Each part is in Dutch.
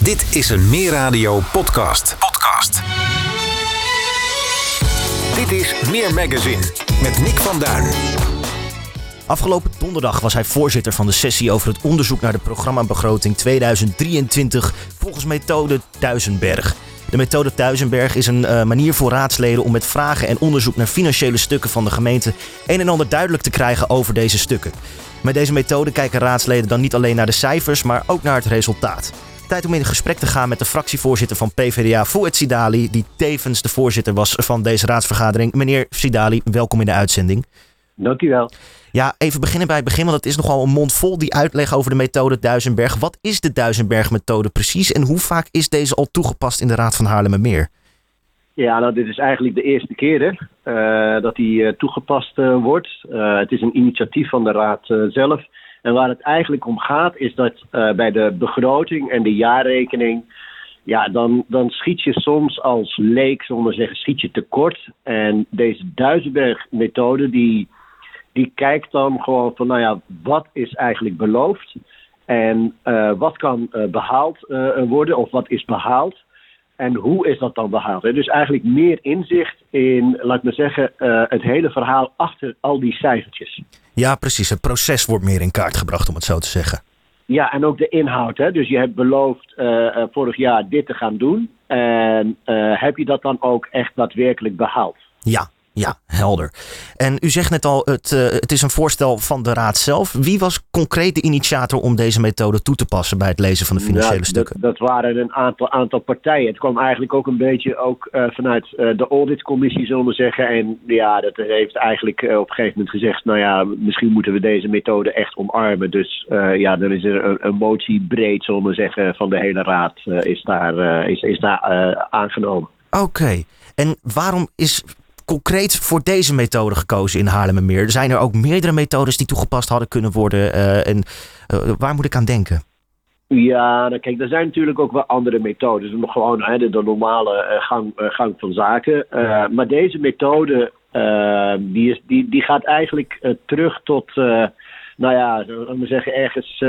Dit is een Meer Radio podcast. Dit is Meer Magazine met Nick van Duin. Afgelopen donderdag was hij voorzitter van de sessie over het onderzoek naar de programmabegroting 2023 volgens methode Duisenberg. De methode Duisenberg is een manier voor raadsleden om met vragen en onderzoek naar financiële stukken van de gemeente een en ander duidelijk te krijgen over deze stukken. Met deze methode kijken raadsleden dan niet alleen naar de cijfers, maar ook naar het resultaat. Tijd om in gesprek te gaan met de fractievoorzitter van PvdA, Fouad Sidali, die tevens de voorzitter was van deze raadsvergadering. Meneer Sidali, welkom in de uitzending. Dank u wel. Ja, even beginnen bij het begin, want het is nogal een mond vol die uitleg over de methode Duisenberg. Wat is de Duisenberg-methode precies en hoe vaak is deze al toegepast in de Raad van Haarlemmermeer? Ja, nou, dit is eigenlijk de eerste keer dat die toegepast wordt. Het is een initiatief van de Raad zelf. En waar het eigenlijk om gaat is dat bij de begroting en de jaarrekening, ja, dan schiet je soms als leek, zullen we zeggen, schiet je tekort. En deze Duisenberg-methode die kijkt dan gewoon van, nou ja, wat is eigenlijk beloofd? En wat kan behaald worden of wat is behaald? En hoe is dat dan behaald? Dus eigenlijk meer inzicht in, laat ik maar zeggen, het hele verhaal achter al die cijfertjes. Ja, precies. Het proces wordt meer in kaart gebracht, om het zo te zeggen. Ja, en ook de inhoud. Hè? Dus je hebt beloofd vorig jaar dit te gaan doen. En heb je dat dan ook echt daadwerkelijk behaald? Ja, helder. En u zegt net al, het is een voorstel van de Raad zelf. Wie was concreet de initiator om deze methode toe te passen bij het lezen van de financiële stukken? Dat waren een aantal partijen. Het kwam eigenlijk ook een beetje vanuit de auditcommissie, zullen we zeggen. En ja, dat heeft eigenlijk op een gegeven moment gezegd, nou ja, misschien moeten we deze methode echt omarmen. Dus dan is er een motie breed, zullen we zeggen, van de hele Raad is daar aangenomen. Oké. En waarom is concreet voor deze methode gekozen in Haarlemmermeer? Zijn er ook meerdere methodes die toegepast hadden kunnen worden? Waar moet ik aan denken? Ja, nou kijk, er zijn natuurlijk ook wel andere methodes. Nog gewoon de normale gang van zaken. Maar deze methode die gaat eigenlijk terug tot, laten we zeggen ergens,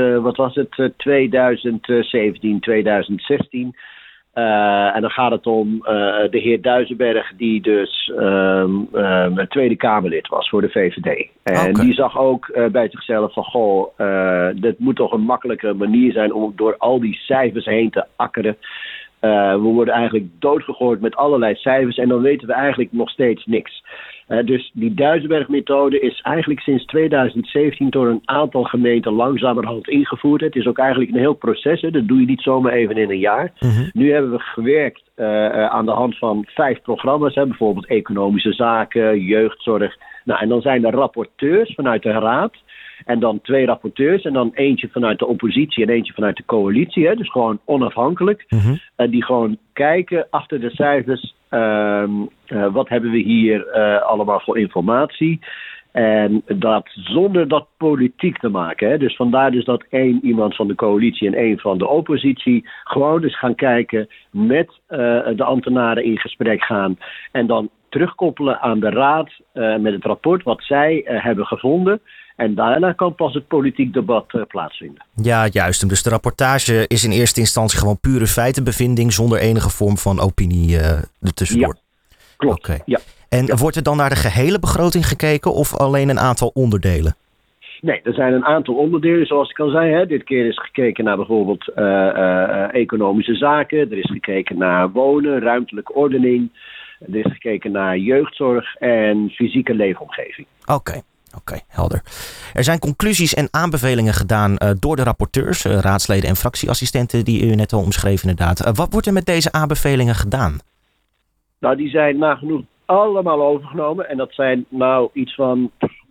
2017, 2016. En dan gaat het om de heer Duisenberg, die dus Tweede Kamerlid was voor de VVD. En die zag ook bij zichzelf van, dit moet toch een makkelijke manier zijn om door al die cijfers heen te akkeren. We worden eigenlijk doodgegooid met allerlei cijfers en dan weten we eigenlijk nog steeds niks. Dus die Duisenberg-methode is eigenlijk sinds 2017 door een aantal gemeenten langzamerhand ingevoerd. Het is ook eigenlijk een heel proces. Dat doe je niet zomaar even in een jaar. Mm-hmm. Nu hebben we gewerkt aan de hand van 5 programma's. Bijvoorbeeld economische zaken, jeugdzorg. Nou, en dan zijn er rapporteurs vanuit de Raad. En dan 2 rapporteurs en dan eentje vanuit de oppositie en eentje vanuit de coalitie. Dus gewoon onafhankelijk. Mm-hmm. Die gewoon kijken achter de cijfers. Wat hebben we hier allemaal voor informatie? En dat zonder dat politiek te maken. Dus vandaar dus dat 1 iemand van de coalitie en 1 van de oppositie gewoon dus gaan kijken, met de ambtenaren in gesprek gaan en dan terugkoppelen aan de Raad met het rapport wat zij hebben gevonden. En daarna kan pas het politiek debat plaatsvinden. Ja, juist. Dus de rapportage is in eerste instantie gewoon pure feitenbevinding zonder enige vorm van opinie ertussendoor. Ja, klopt. Okay. Ja. En wordt er dan naar de gehele begroting gekeken of alleen een aantal onderdelen? Nee, er zijn een aantal onderdelen, zoals ik al zei. Dit keer is gekeken naar bijvoorbeeld economische zaken. Er is gekeken naar wonen, ruimtelijke ordening. Er is gekeken naar jeugdzorg en fysieke leefomgeving. Oké, helder. Er zijn conclusies en aanbevelingen gedaan door de rapporteurs, raadsleden en fractieassistenten die u net al omschreef inderdaad. Wat wordt er met deze aanbevelingen gedaan? Nou, die zijn nagenoeg allemaal overgenomen. En dat zijn nou iets van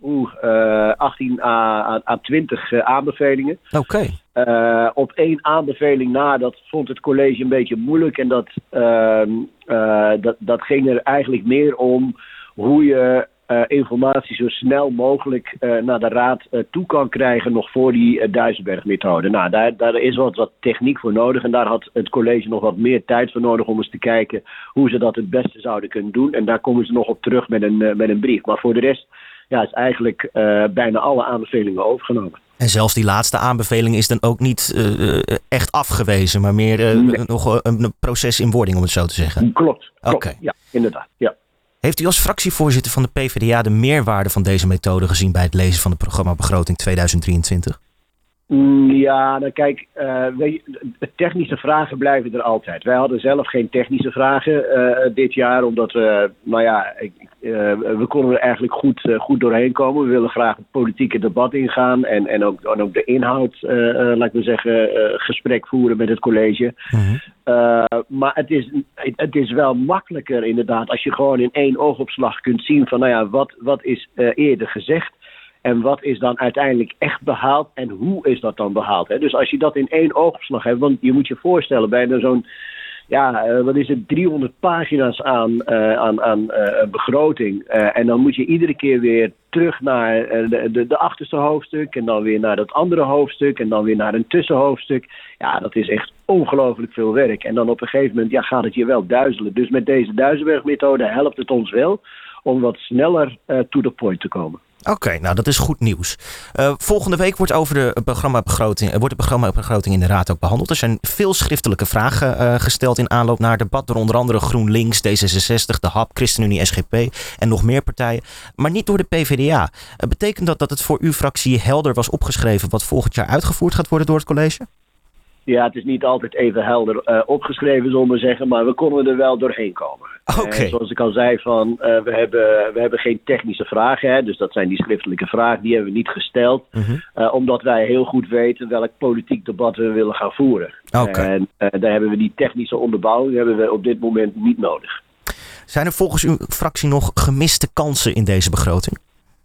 18 à 20 aanbevelingen. Oké. Op 1 aanbeveling na, dat vond het college een beetje moeilijk. En dat ging er eigenlijk meer om hoe je informatie zo snel mogelijk naar de Raad toe kan krijgen nog voor die Duisenberg-methode. Nou, daar is wat techniek voor nodig en daar had het college nog wat meer tijd voor nodig om eens te kijken hoe ze dat het beste zouden kunnen doen. En daar komen ze nog op terug met een brief. Maar voor de rest is eigenlijk bijna alle aanbevelingen overgenomen. En zelfs die laatste aanbeveling is dan ook niet echt afgewezen, maar meer nog een proces in wording, om het zo te zeggen. Klopt. Okay. Ja, inderdaad. Ja. Heeft u als fractievoorzitter van de PvdA de meerwaarde van deze methode gezien bij het lezen van het programma Begroting 2023? Ja, nou kijk, technische vragen blijven er altijd. Wij hadden zelf geen technische vragen dit jaar, omdat we, we konden er eigenlijk goed doorheen komen. We willen graag het politieke debat ingaan en ook de inhoud, laat ik maar zeggen, gesprek voeren met het college. Mm-hmm. Maar het is wel makkelijker inderdaad als je gewoon in één oogopslag kunt zien van, wat is eerder gezegd. En wat is dan uiteindelijk echt behaald en hoe is dat dan behaald? Hè? Dus als je dat in één oogopslag hebt, want je moet je voorstellen, bijna zo'n, 300 pagina's aan begroting. En dan moet je iedere keer weer terug naar de achterste hoofdstuk en dan weer naar dat andere hoofdstuk en dan weer naar een tussenhoofdstuk. Ja, dat is echt ongelooflijk veel werk. En dan op een gegeven moment gaat het je wel duizelen. Dus met deze Duisenberg-methode helpt het ons wel om wat sneller to the point te komen. Oké, nou dat is goed nieuws. Volgende week wordt het programma begroting in de Raad ook behandeld. Er zijn veel schriftelijke vragen gesteld in aanloop naar het debat door onder andere GroenLinks, D66, de HAP, ChristenUnie, SGP en nog meer partijen. Maar niet door de PvdA. Betekent dat het voor uw fractie helder was opgeschreven wat volgend jaar uitgevoerd gaat worden door het college? Ja, het is niet altijd even helder opgeschreven, zullen we zeggen, maar we konden er wel doorheen komen. Okay. Zoals ik al zei, we hebben geen technische vragen, hè, dus dat zijn die schriftelijke vragen, die hebben we niet gesteld, omdat wij heel goed weten welk politiek debat we willen gaan voeren. Okay. En daar hebben we die technische onderbouwing op dit moment niet nodig. Zijn er volgens uw fractie nog gemiste kansen in deze begroting?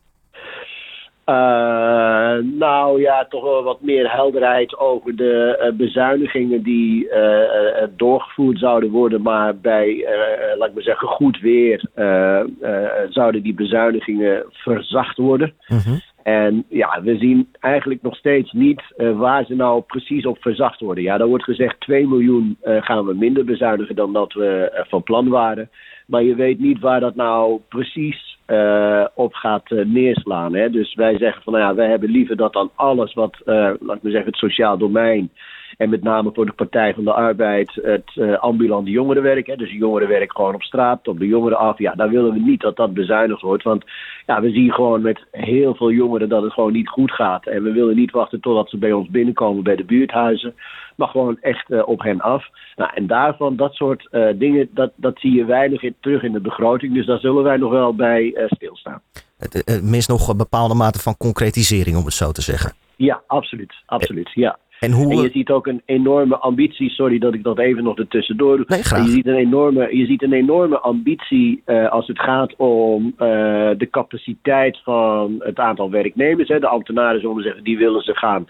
Toch wel wat meer helderheid over de bezuinigingen die doorgevoerd zouden worden, maar bij, laat ik maar zeggen, goed weer zouden die bezuinigingen verzacht worden. Mm-hmm. En we zien eigenlijk nog steeds niet waar ze nou precies op verzacht worden. Ja, daar wordt gezegd 2 miljoen gaan we minder bezuinigen dan dat we van plan waren. Maar je weet niet waar dat nou precies op gaat neerslaan. Hè? Dus wij zeggen van, wij hebben liever dat dan alles wat, laat ik maar zeggen, het sociaal domein en met name voor de Partij van de Arbeid het ambulante jongerenwerk, hè? Dus jongerenwerk gewoon op straat, op de jongeren af. Ja, daar willen we niet dat dat bezuinigd wordt. Want we zien gewoon met heel veel jongeren dat het gewoon niet goed gaat. En we willen niet wachten totdat ze bij ons binnenkomen bij de buurthuizen. Maar gewoon echt op hen af. Nou, en daarvan, dat soort dingen, dat zie je weinig terug in de begroting. Dus daar zullen wij nog wel bij stilstaan. Het mist nog een bepaalde mate van concretisering, om het zo te zeggen. Ja, absoluut. Ja. En je ziet ook een enorme ambitie. Sorry dat ik dat even nog ertussendoor doe. Nee, graag. Je ziet een enorme ambitie als het gaat om de capaciteit van het aantal werknemers. Hè. De ambtenaren, zullen we zeggen, die willen ze gaan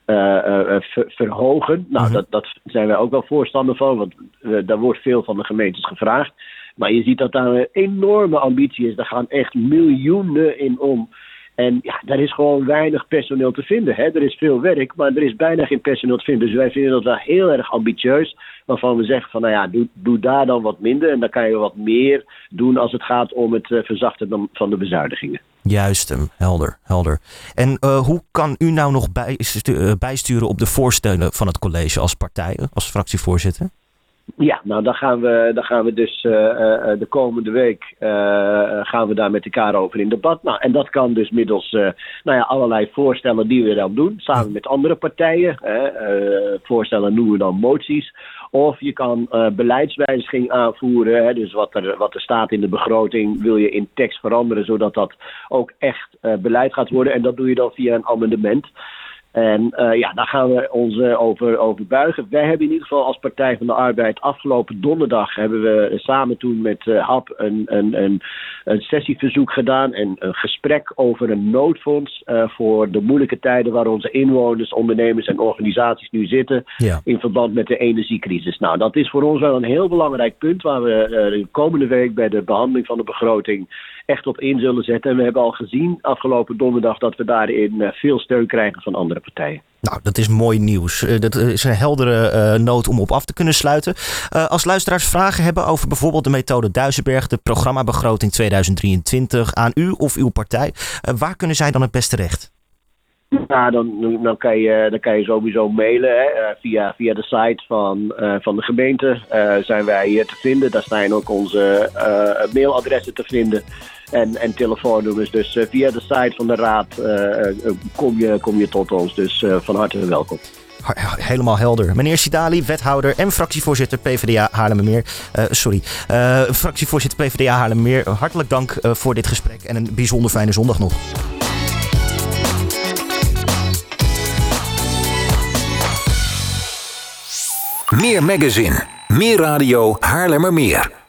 verhogen. Nou, dat zijn wij ook wel voorstander van, want daar wordt veel van de gemeentes gevraagd. Maar je ziet dat daar een enorme ambitie is. Daar gaan echt miljoenen in om. En daar is gewoon weinig personeel te vinden. Hè? Er is veel werk, maar er is bijna geen personeel te vinden. Dus wij vinden dat wel heel erg ambitieus. Waarvan we zeggen van, doe daar dan wat minder. En dan kan je wat meer doen als het gaat om het verzachten van de bezuinigingen. Juist, helder. En hoe kan u nou nog bijsturen op de voorstellen van het college als partij, als fractievoorzitter? Ja, nou dan gaan we dus de komende week gaan we daar met elkaar over in debat. Nou, en dat kan dus middels allerlei voorstellen die we dan doen, samen met andere partijen. Voorstellen noemen we dan moties. Of je kan beleidswijziging aanvoeren. Hè, dus wat er staat in de begroting wil je in tekst veranderen, zodat dat ook echt beleid gaat worden. En dat doe je dan via een amendement. En daar gaan we ons over buigen. Wij hebben in ieder geval als Partij van de Arbeid afgelopen donderdag hebben we samen toen met HAP een sessieverzoek gedaan en een gesprek over een noodfonds voor de moeilijke tijden waar onze inwoners, ondernemers en organisaties nu zitten in verband met de energiecrisis. Nou, dat is voor ons wel een heel belangrijk punt waar we de komende week bij de behandeling van de begroting echt op in zullen zetten. En we hebben al gezien afgelopen donderdag dat we daarin veel steun krijgen van andere partijen. Nou, dat is mooi nieuws. Dat is een heldere noot om op af te kunnen sluiten. Als luisteraars vragen hebben over bijvoorbeeld de methode Duisenberg, de programmabegroting 2023 aan u of uw partij, waar kunnen zij dan het beste terecht? Nou, dan kan je sowieso mailen. Hè. Via de site van de gemeente zijn wij te vinden. Daar zijn ook onze mailadressen te vinden. En telefoonnummers. Dus via de site van de raad kom je tot ons. Dus van harte welkom. Helemaal helder. Meneer Sidali, wethouder en fractievoorzitter PvdA Haarlemmermeer. Fractievoorzitter PvdA Haarlemmermeer. Hartelijk dank voor dit gesprek en een bijzonder fijne zondag nog. Meer magazine, meer radio Haarlemmermeer.